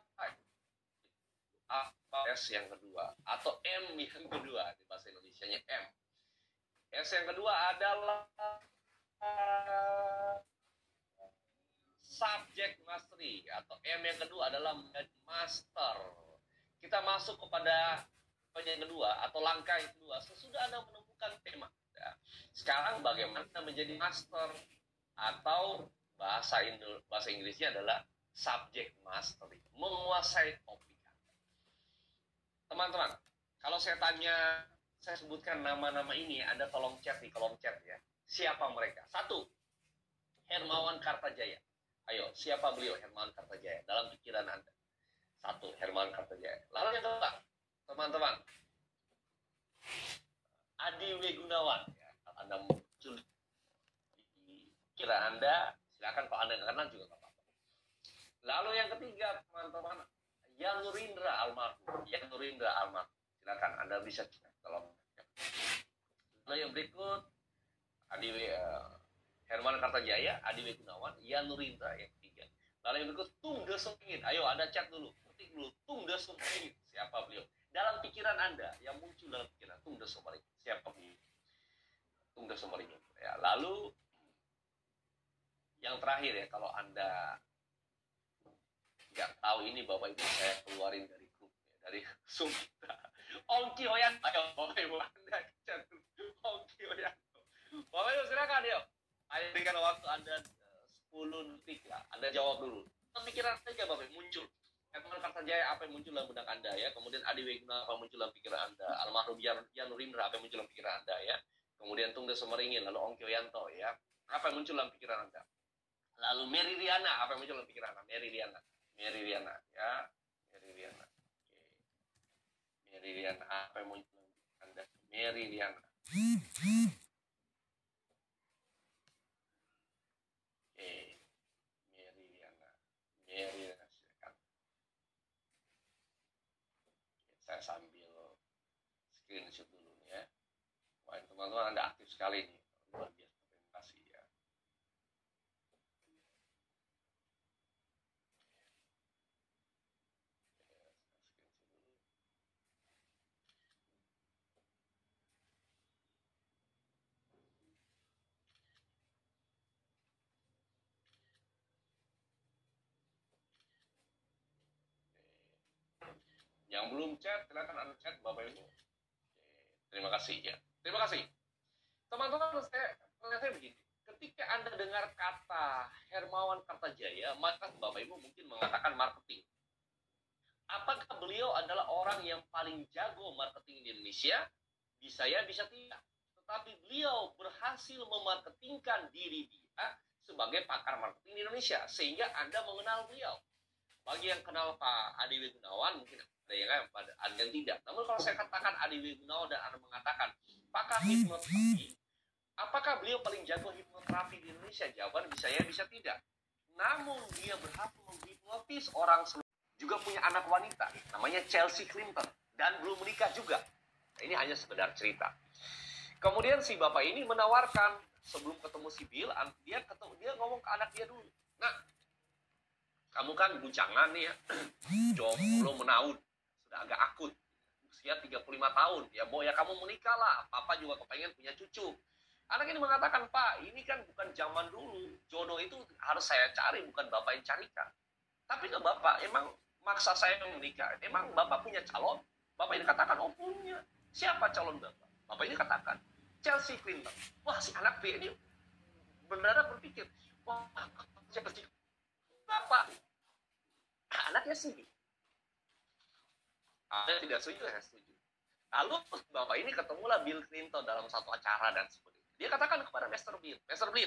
S yang kedua atau M yang kedua di bahasa Indonesianya M. S yang kedua adalah subject mastery atau M yang kedua adalah master. Kita masuk kepada yang kedua atau langkah yang kedua sesudah Anda menemukan tema. Ya. Sekarang bagaimana menjadi master atau bahasa Inggrisnya adalah subject mastery, menguasai topik. Teman-teman, kalau saya tanya, saya sebutkan nama-nama ini, Anda tolong chat di kolom chat ya. Siapa mereka? 1. Hermawan Kartajaya. Ayo, siapa beliau Hermawan Kartajaya dalam pikiran Anda? 1. Hermawan Kartajaya. Lalu yang kedua, teman-teman, Adi W. Gunawan. Ya, kalau Anda muncul di pikiran Anda, silakan kalau Anda nggak kenal juga nggak apa-apa. Lalu yang ketiga, teman-teman, Yanurindra almarhum. Yanurindra almarhum. Silakan Anda bisa cek kalau. Lalu yang berikut Herman Kartajaya, Adi W. Gunawan, Yanurindra yang ketiga. Lalu yang berikut Tung Desem Ingin. Ayo Anda cek dulu, ketik dulu Tung Desem Ingin. Siapa beliau? Dalam pikiran Anda yang muncul dalam pikiran Tung Desem Ingin. Siapa beliau? Tung Desem Ingin. Ya, lalu yang terakhir ya, kalau Anda nggak tahu ini Bapak Ibu saya keluarin dari grup ya, dari Zoom kita. Ongki Hoyan, ayo Bapak Ibu Anda chat Ongki Hoyan. Bapak Ibu silakan yuk. Ayo berikan waktu Anda 10 detik lah. Anda jawab dulu. Pikiran saja Bapak Ibu muncul. Herman Kartajaya apa yang muncul dalam benak Anda ya. Kemudian Adi W. Gunawan apa yang muncul dalam pikiran Anda. Almarhum Yanurindra apa yang muncul dalam pikiran Anda ya. Kemudian Tung Desem Ingin, lalu Ongki Hoyanto ya. Apa yang muncul dalam pikiran Anda. Lalu Mary Riana apa yang muncul dalam pikiran Anda. Mary Riana ya, Mary Riana. Oke. Mary Riana apa yang muncul Anda? Mary Riana. Oke. Mary Riana. Silakan. Oke, saya sambil screenshot dulu nih ya. Wah, teman-teman Anda aktif sekali nih. Luar biasa. Terima kasih ya. Yang belum chat, silakan Anda chat Bapak Ibu. Terima kasih ya. Terima kasih. Teman-teman, saya begini. Ketika Anda dengar kata Hermawan Kartajaya, maka Bapak Ibu mungkin mengatakan marketing. Apakah beliau adalah orang yang paling jago marketing di Indonesia? Bisa ya, bisa tidak. Tetapi beliau berhasil memarketingkan diri dia sebagai pakar marketing di Indonesia. Sehingga Anda mengenal beliau. Bagi yang kenal Pak Adi W. Gunawan, mungkin ada yang ada yang tidak. Namun kalau saya katakan Adi W. Gunawan dan Anda mengatakan pakar hipnoterapi, apakah beliau paling jago hipnoterapi di Indonesia? Jawaban bisa ya, bisa tidak. Namun dia berhasil menghipnotis orang juga punya anak wanita, namanya Chelsea Clinton, dan belum menikah juga. Nah, ini hanya sekedar cerita. Kemudian si bapak ini menawarkan sebelum ketemu si Bill, dia ngomong ke anak dia dulu. Nah, kamu kan bujangan nih ya, jomblo menaun, sudah agak akut, usia 35 tahun, ya ya kamu menikah lah, papa juga kepengen punya cucu. Anak ini mengatakan, Pak, ini kan bukan zaman dulu, jodoh itu harus saya cari, bukan bapak yang carikan. Tapi ke bapak, emang maksa saya menikah, emang bapak punya calon? Bapak ini katakan, oh punya. Siapa calon bapak? Bapak ini katakan, Chelsea Clinton. Wah, si anak B ini benar-benar berpikir, wah, Chelsea Bapak, anaknya sih. Ada tidak setuju, saya setuju. Lalu bapak ini ketemulah Bill Clinton dalam satu acara dan sebagainya. Dia katakan kepada Mr. Bill,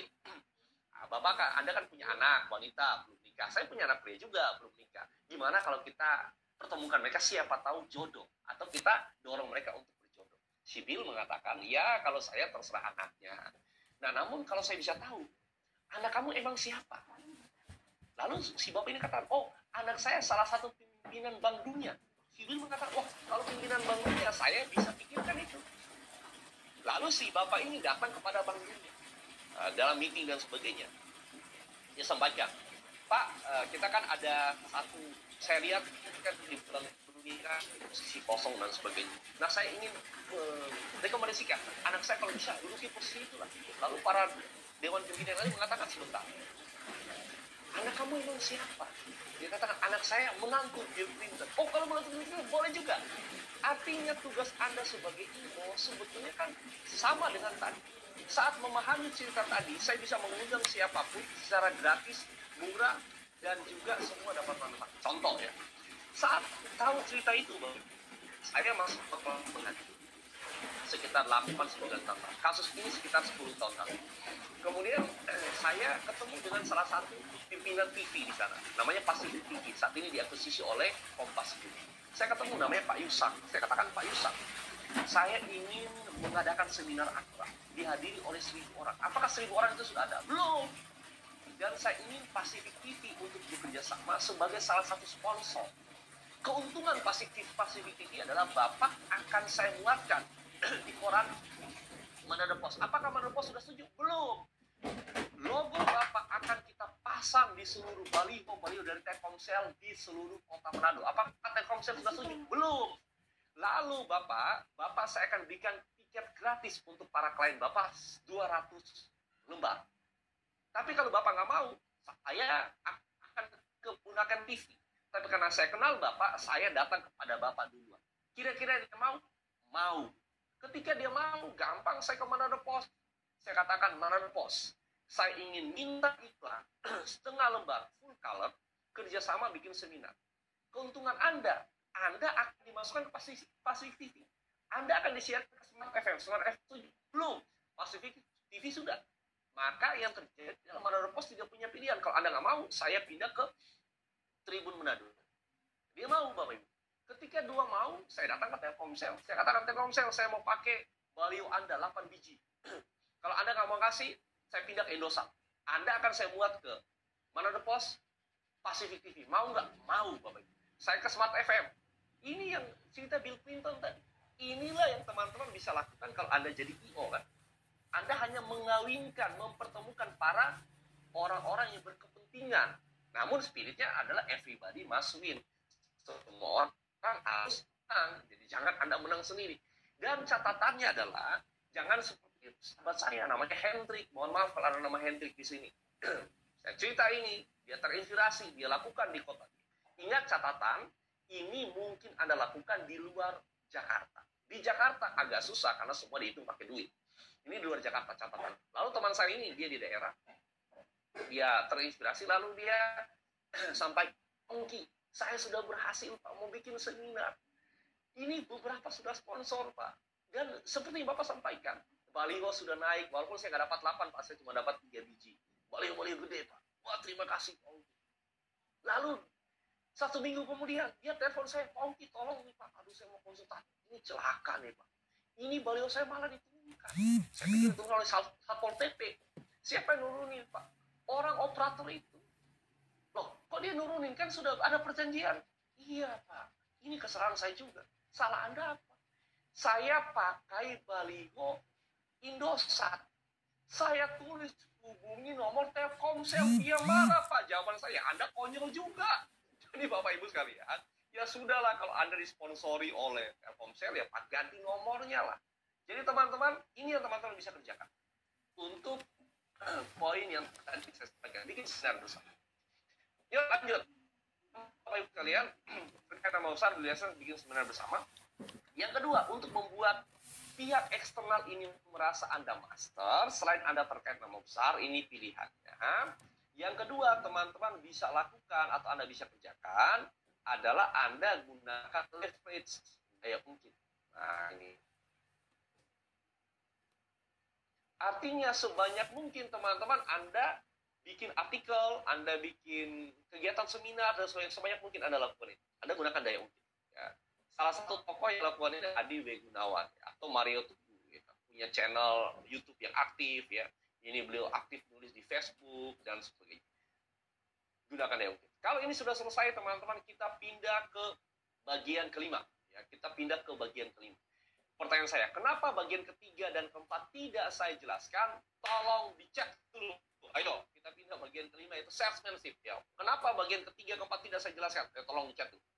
Bapak, Anda kan punya anak wanita belum nikah. Saya punya anak pria juga belum nikah. Gimana kalau kita pertemukan mereka, siapa tahu jodoh, atau kita dorong mereka untuk berjodoh. Si Bill mengatakan, ya kalau saya terserah anaknya. Nah, namun kalau saya bisa tahu, anak kamu emang siapa? Lalu si bapak ini katakan, oh anak saya salah satu pimpinan Bank Dunia. Si Bill mengatakan, wah kalau pimpinan Bank Dunia saya bisa pikirkan itu. Lalu si bapak ini datang kepada Bank Dunia dalam meeting dan sebagainya. Dia sampaikan, Pak, kita kan ada satu, saya lihat kan di Bank Dunia posisi kosong dan sebagainya. Nah saya ingin rekomendasikan anak saya kalau bisa duduki posisi itulah. Lalu para dewan pimpinan lain mengatakan, sebentar, anak kamu emang siapa? Dia katakan, anak saya menantu Bill Clinton. Oh, kalau menantu Bill Clinton boleh juga. Artinya tugas Anda sebagai ibu sebetulnya kan sama dengan tadi. Saat memahami cerita tadi, saya bisa mengundang siapapun secara gratis, murah, dan juga semua dapat manfaat. Contoh ya, saat tahu cerita itu, saya masuk ke pengadilan sekitar 8-9 tahun. Kasus ini sekitar 10 tahun lalu. Kemudian saya ketemu dengan salah satu pimpinan TV di sana. Namanya Pacific TV. Saat ini diakuisisi oleh Kompas TV. Saya ketemu namanya Pak Yusak. Saya katakan, Pak Yusak, saya ingin mengadakan seminar akhlak. Dihadiri oleh 1.000 orang. Apakah 1.000 orang itu sudah ada? Belum. Dan saya ingin Pacific TV untuk bekerja sama sebagai salah satu sponsor. Keuntungan Pacific TV adalah Bapak akan saya muatkan di koran Manado Post. Apakah Manado Post sudah setuju? Belum. Logo Bapak akan kita pasang di seluruh baliho dari Telkomsel di seluruh kota Manado. Apakah Telkomsel sudah setuju? Belum. Lalu Bapak saya akan berikan tiket gratis untuk para klien Bapak 200 lembar. Tapi kalau Bapak nggak mau, saya akan gunakan TV. Tapi karena saya kenal Bapak, saya datang kepada Bapak duluan. Kira-kira dia mau? Mau. Ketika dia mau, gampang saya ke Manado Post. Saya katakan, Manado Post, saya ingin minta iklan setengah lembar full color, kerjasama bikin seminar. Keuntungan Anda akan dimasukkan ke Pacific TV. Anda akan disiarkan ke Smart FM. Smart FM belum. Pacific TV sudah. Maka yang terjadi dalam Manado Post tidak punya pilihan. Kalau Anda nggak mau, saya pindah ke Tribun Manado. Dia mau, Bapak Ibu. Ketika dua mau, saya datang ke Telkomsel. Saya katakan, Telkomsel, saya mau pakai baliho Anda 8 biji. Kalau Anda nggak mau kasih, saya pindah ke Indosat. Anda akan saya muat ke Manado Post, Pacific TV. Mau nggak? Mau, Bapak Ibu. Saya ke Smart FM. Ini yang cerita Bill Clinton tadi. Inilah yang teman-teman bisa lakukan kalau Anda jadi I.O. kan. Anda hanya mengawinkan, mempertemukan para orang-orang yang berkepentingan. Namun spiritnya adalah everybody must win. Semua orang harus menang. Jadi jangan Anda menang sendiri. Dan catatannya adalah jangan seperti sahabat saya namanya Hendrik. Mohon maaf kalau ada nama Hendrik di sini. Saya cerita ini, dia terinspirasi, dia lakukan di kota. Ingat catatan, ini mungkin Anda lakukan di luar Jakarta. Di Jakarta agak susah karena semua dihitung pakai duit. Ini di luar Jakarta catatan. Lalu teman saya ini, dia di daerah. Dia terinspirasi, lalu dia sampai, Ongki, saya sudah berhasil Pak, mau bikin seminar. Ini beberapa sudah sponsor Pak. Dan seperti Bapak sampaikan, baliho sudah naik, walaupun saya nggak dapat 8 Pak, saya cuma dapat 3 biji. Baliho gede Pak. Wah terima kasih Pak Ongki. Lalu 1 minggu kemudian, dia telepon saya, Pak Ongki tolong nih Pak, aduh saya mau konsultasi. Ini celaka nih Pak. Ini baliho saya malah diturunkan. Saya pikir itu oleh Satpol PP. Siapa yang nurunin Pak? Orang operator itu. Loh, kok dia nurunin? Kan sudah ada perjanjian. Iya Pak, ini kesalahan saya juga. Salah Anda apa? Saya pakai baliho Indosat. Saya tulis hubungi nomor Telkomsel via mana Pak? Jawaban saya, Anda konyol juga. Jadi Bapak Ibu sekalian, ya sudahlah kalau Anda disponsori oleh Telkomsel ya Pak ganti nomornya lah. Jadi teman-teman, ini yang teman-teman bisa kerjakan. Untuk poin yang tadi saya sampaikan, bikin seminar bersama. Yuk lanjut. Bapak Ibu sekalian, terkait nama besar biasa bikin seminar bersama. Yang kedua, untuk membuat pihak eksternal ini merasa Anda master, selain Anda terkait nama besar, ini pilihannya. Yang kedua, teman-teman bisa lakukan atau Anda bisa kerjakan adalah Anda gunakan leverage daya ungkit. Nah, ini. Artinya sebanyak mungkin teman-teman Anda bikin artikel, Anda bikin kegiatan seminar, dan sebanyak mungkin Anda lakukan itu. Anda gunakan daya ungkit. Ya. Salah satu tokoh yang lakukan ini Adi W. Gunawan atau Mario Teguh gitu. Punya channel YouTube yang aktif ya. Ini beliau aktif nulis di Facebook dan sebagainya. Gunakan daya ungkit. Kalau ini sudah selesai teman-teman, kita pindah ke bagian kelima ya. Kita pindah ke bagian kelima. Pertanyaan saya, kenapa bagian ketiga dan keempat tidak saya jelaskan? Tolong dicek dulu. Ayo, kita pindah bagian kelima itu salesmanship ya. Kenapa bagian ketiga keempat tidak saya jelaskan? Ya, tolong dicek dulu.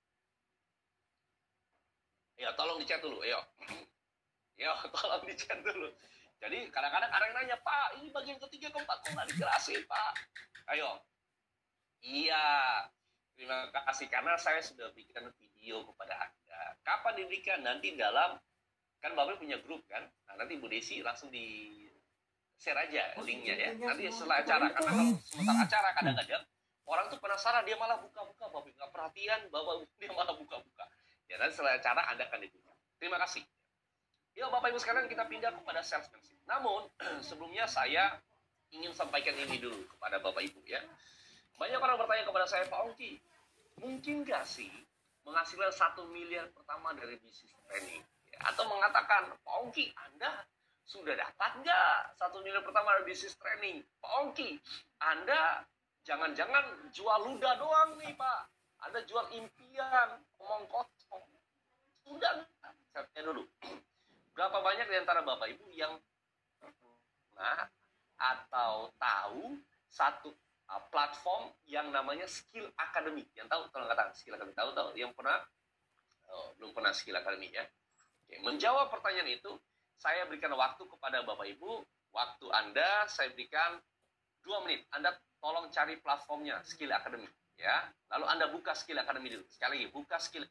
Ya, tolong dicek dulu, ayo. Ya, tolong dicek dulu. Jadi, kadang-kadang ada yang nanya, Pak, ini bagian ketiga, keempat, kok nggak dijelasin, Pak? Ayo. Iya, terima kasih. Karena saya sudah berikan video kepada Anda. Kapan diberikan? Nanti dalam, kan Bapak punya grup, kan? Nah, nanti Bu Desi langsung di share aja linknya ya. Nanti setelah acara, karena kalau sebentar acara kadang-kadang, orang tuh penasaran, dia malah buka-buka, Bapak nggak perhatian, Bapak dia malah buka-buka. Ya, dan setelah acara Anda akan dibuka. Terima kasih. Yuk Bapak Ibu sekalian kita pindah kepada salesmanship. Namun sebelumnya saya ingin sampaikan ini dulu kepada Bapak Ibu ya. Banyak orang bertanya kepada saya, Pak Ongki, mungkin nggak sih menghasilkan 1 miliar pertama dari bisnis training? Ya, atau mengatakan, Pak Ongki, Anda sudah dapat nggak 1 miliar pertama dari bisnis training? Pak Ongki, Anda jangan-jangan jual ludah doang nih Pak. Anda jual impian, omong kosong. Sudah, saya tanya dulu. Berapa banyak di antara Bapak Ibu yang pernah atau tahu satu platform yang namanya Skill Academy? Yang tahu, tolong katakan Skill Academy. Tahu? Yang pernah? Oh, belum pernah Skill Academy ya. Oke, menjawab pertanyaan itu, saya berikan waktu kepada Bapak Ibu. Waktu Anda saya berikan 2 menit. Anda tolong cari platformnya Skill Academy. Ya, lalu Anda buka Skill Academy dulu. Sekali lagi, buka Skill.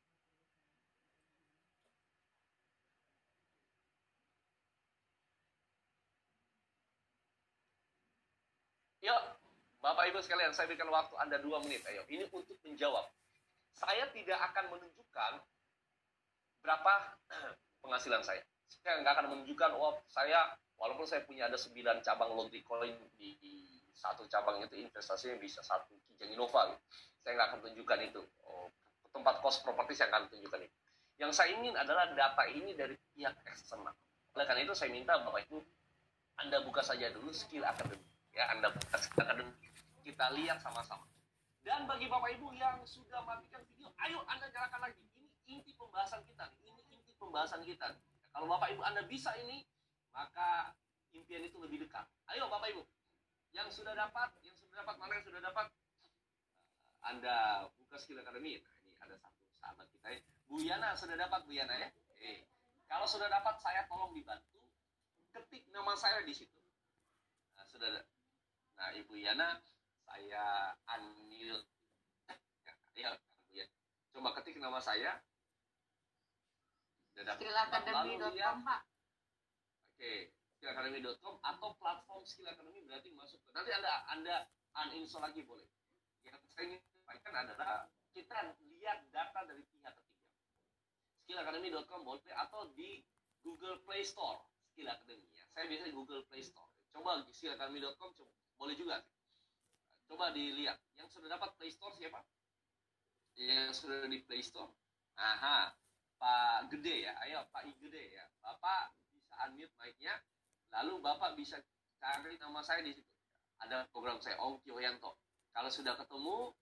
Yuk, Bapak Ibu sekalian, saya berikan waktu Anda 2 menit. Ayo, ini untuk menjawab. Saya tidak akan menunjukkan berapa penghasilan saya. Saya nggak akan menunjukkan, saya walaupun saya punya ada 9 cabang laundry coin di satu cabang itu investasinya bisa 1 Kijang Innova gitu. Saya nggak akan tunjukkan itu. Tempat kos properti saya akan tunjukkan itu. Yang saya ingin adalah data ini dari pihak eksternal. Oleh karena itu saya minta Bapak Ibu, Anda buka saja dulu Skill Academy. Ya, Anda buka Skill Academy. Kita lihat sama-sama. Dan bagi Bapak Ibu yang sudah matikan video, ayo Anda nyalakan lagi. Ini inti pembahasan kita. Ini inti pembahasan kita. Kalau Bapak Ibu Anda bisa ini, maka impian itu lebih dekat. Ayo Bapak Ibu, yang sudah dapat, mana yang sudah dapat? Anda buka Skill Academy. Nah, ini ada satu sahabat kita ya. Bu Yana sudah dapat, Bu Yana ya. Kalau sudah dapat, saya tolong dibantu ketik nama saya di situ. Nah, sudah. Nah, Ibu Yana, saya Anil. Ya, coba ketik nama saya. Skillacademy.com Pak. Oke, skillacademy.com atau platform Skill Academy berarti masuk. Nanti Anda uninstall lagi boleh. Yang saya ingin sampaikan adalah kita lihat data dari pihak ketiga. Skillacademy.com boleh atau di Google Play Store Skill Academy ya. Saya biasanya Google Play Store. Coba skillacademy.com boleh juga. Coba dilihat. Yang sudah dapat Play Store siapa? Yang sudah di Play Store. Aha. Pak Gede ya, ayo Pak I Gede ya. Bapak bisa unmute mic-nya, lalu Bapak bisa cari nama saya di situ. Ada program saya Ongki Hoyanto. Kalau sudah ketemu,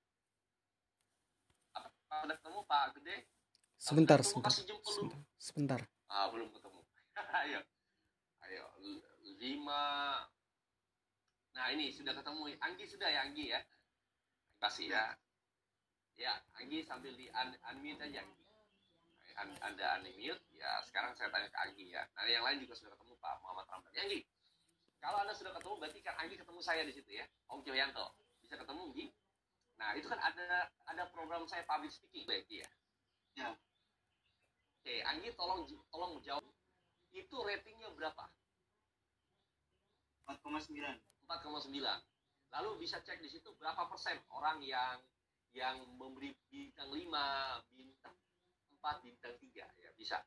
sudah ketemu Pak Gede? Sebentar. Kasih jempol dulu. Sebentar. Belum ketemu. Ayo, 5. Nah, ini sudah ketemu. Anggi sudah ya, Anggi ya? Kasih ya. Ya, Anggi sambil di unmute aja, Anggi. Anda unmute. Ya, sekarang saya tanya ke Anggi ya. Nah, yang lain juga sudah ketemu Pak Muhammad Ramdan. Anggi, kalau Anda sudah ketemu, berarti kan Anggi ketemu saya di situ ya. Om Joyanto. Bisa ketemu, Anggi? Nah, itu kan ada program saya public speaking, Anggi ya? Ya. Oke, Anggi tolong jawab. Itu ratingnya berapa? 4,9. 4,9. Lalu bisa cek di situ berapa persen orang yang memberi bintang 5, bintang 4, bintang 3 ya, bisa.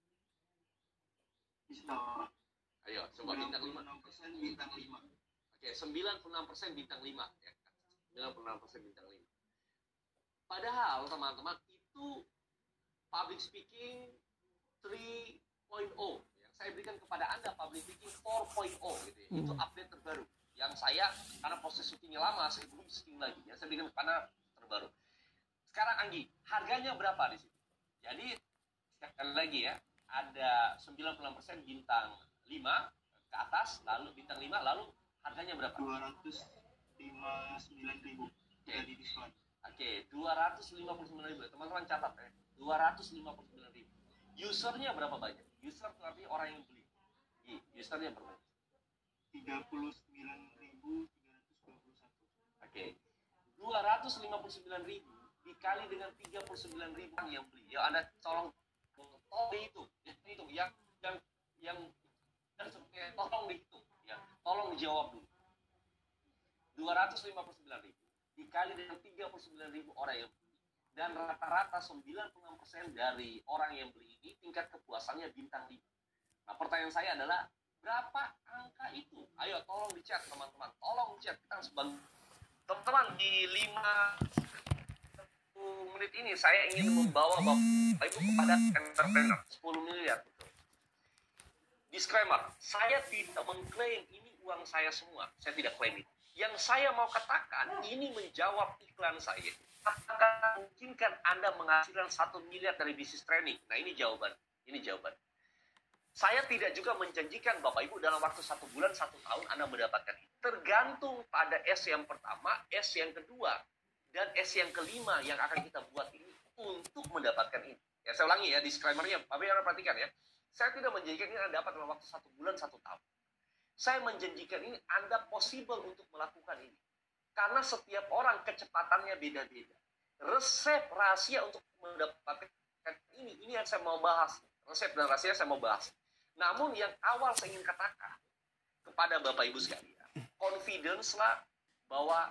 Bisa. Ayo, coba bintang 5. 96% bintang 5. Oke, 96% bintang 5 ya. 96% bintang 5. Padahal teman-teman itu public speaking 3.0 yang saya berikan kepada Anda public speaking 4.0 gitu ya. Itu update terbaru yang saya, karena proses syutingnya lama, saya belum syuting lagi ya, saya berikan karena terbaru. Sekarang Anggi, harganya berapa di situ? Jadi sekali lagi ya, ada 96% bintang 5 ke atas, lalu bintang 5, lalu harganya berapa? 259.000. Jadi diskon. Oke, 259.000. Teman-teman catat ya. 259.000. Usernya berapa banyak? User itu artinya orang yang beli. Usernya berapa? 39.321. Oke. 259.000 dikali dengan 39.000 yang beli. Ya, Anda tolong dihitung. Tolong dihitung. Ya, tolong dijawab dulu. 259.000 dikali dengan 39.000 orang yang beli. Dan rata-rata 96% dari orang yang beli ini tingkat kepuasannya bintang 5. Nah, pertanyaan saya adalah berapa angka itu? Ayo tolong di-chat teman-teman. Tolong di-chat. Kita harus bantu. Teman-teman, di 5 menit ini saya ingin membawa Bapak Ibu kepada entrepreneur 10 miliar. Disclaimer, saya tidak mengklaim ini uang saya semua. Saya tidak klaim itu. Yang saya mau katakan, ini menjawab iklan saya. Akan memungkinkan Anda menghasilkan 1 miliar dari bisnis training. Nah, ini jawaban. Ini jawaban. Saya tidak juga menjanjikan Bapak Ibu dalam waktu 1 bulan, 1 tahun Anda mendapatkan itu. Tergantung pada S yang pertama, S yang kedua, dan S yang kelima yang akan kita buat ini untuk mendapatkan ini. Ya, saya ulangi ya, disclaimer-nya. Bapak Ibu perhatikan ya. Saya tidak menjanjikan ini Anda dapat dalam waktu 1 bulan, 1 tahun. Saya menjanjikan ini Anda possible untuk melakukan ini. Karena setiap orang kecepatannya beda-beda. Resep rahasia untuk mendapatkan ini yang saya mau bahas. Resep dan rahasia saya mau bahas. Namun yang awal saya ingin katakan kepada Bapak Ibu sekalian, confidence lah bahwa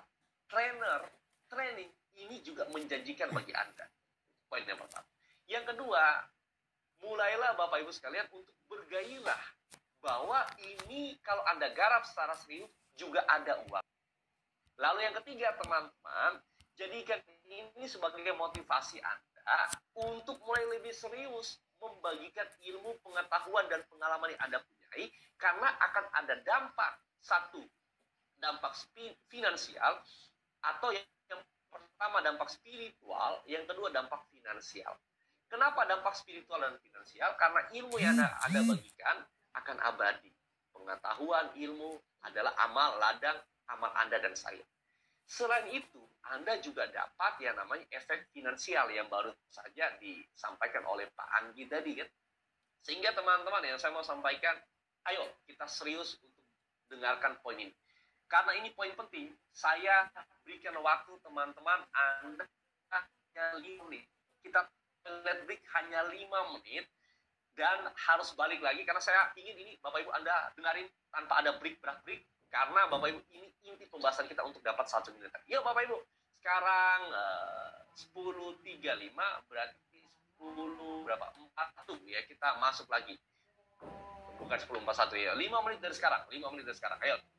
training ini juga menjanjikan bagi Anda. Poin yang pertama. Yang kedua, mulailah Bapak Ibu sekalian untuk bergairah bahwa ini kalau Anda garap secara serius juga ada uang. Lalu yang ketiga, teman-teman, jadikan ini sebagai motivasi Anda untuk mulai lebih serius membagikan ilmu, pengetahuan, dan pengalaman yang Anda punyai, karena akan ada dampak. Satu, dampak finansial, atau yang pertama dampak spiritual, yang kedua dampak finansial. Kenapa dampak spiritual dan finansial? Karena ilmu yang Anda bagikan akan abadi. Pengetahuan, ilmu adalah amal ladang, amal Anda dan saya. Selain itu, Anda juga dapat yang namanya efek finansial yang baru saja disampaikan oleh Pak Anggi tadi kan. Sehingga teman-teman yang saya mau sampaikan, ayo kita serius untuk dengarkan poin ini. Karena ini poin penting, saya berikan waktu teman-teman Anda hanya 5 menit. Kita let break hanya 5 menit. Dan harus balik lagi karena saya ingin ini Bapak Ibu Anda dengarin tanpa ada break. Karena Bapak Ibu ini inti pembahasan kita untuk dapat 1 miliar. Ya Bapak Ibu, sekarang 10.35 berarti 10 berapa? 41 ya, kita masuk lagi. Bukan 10.41 ya. 5 menit dari sekarang. 5 menit dari sekarang. Ayo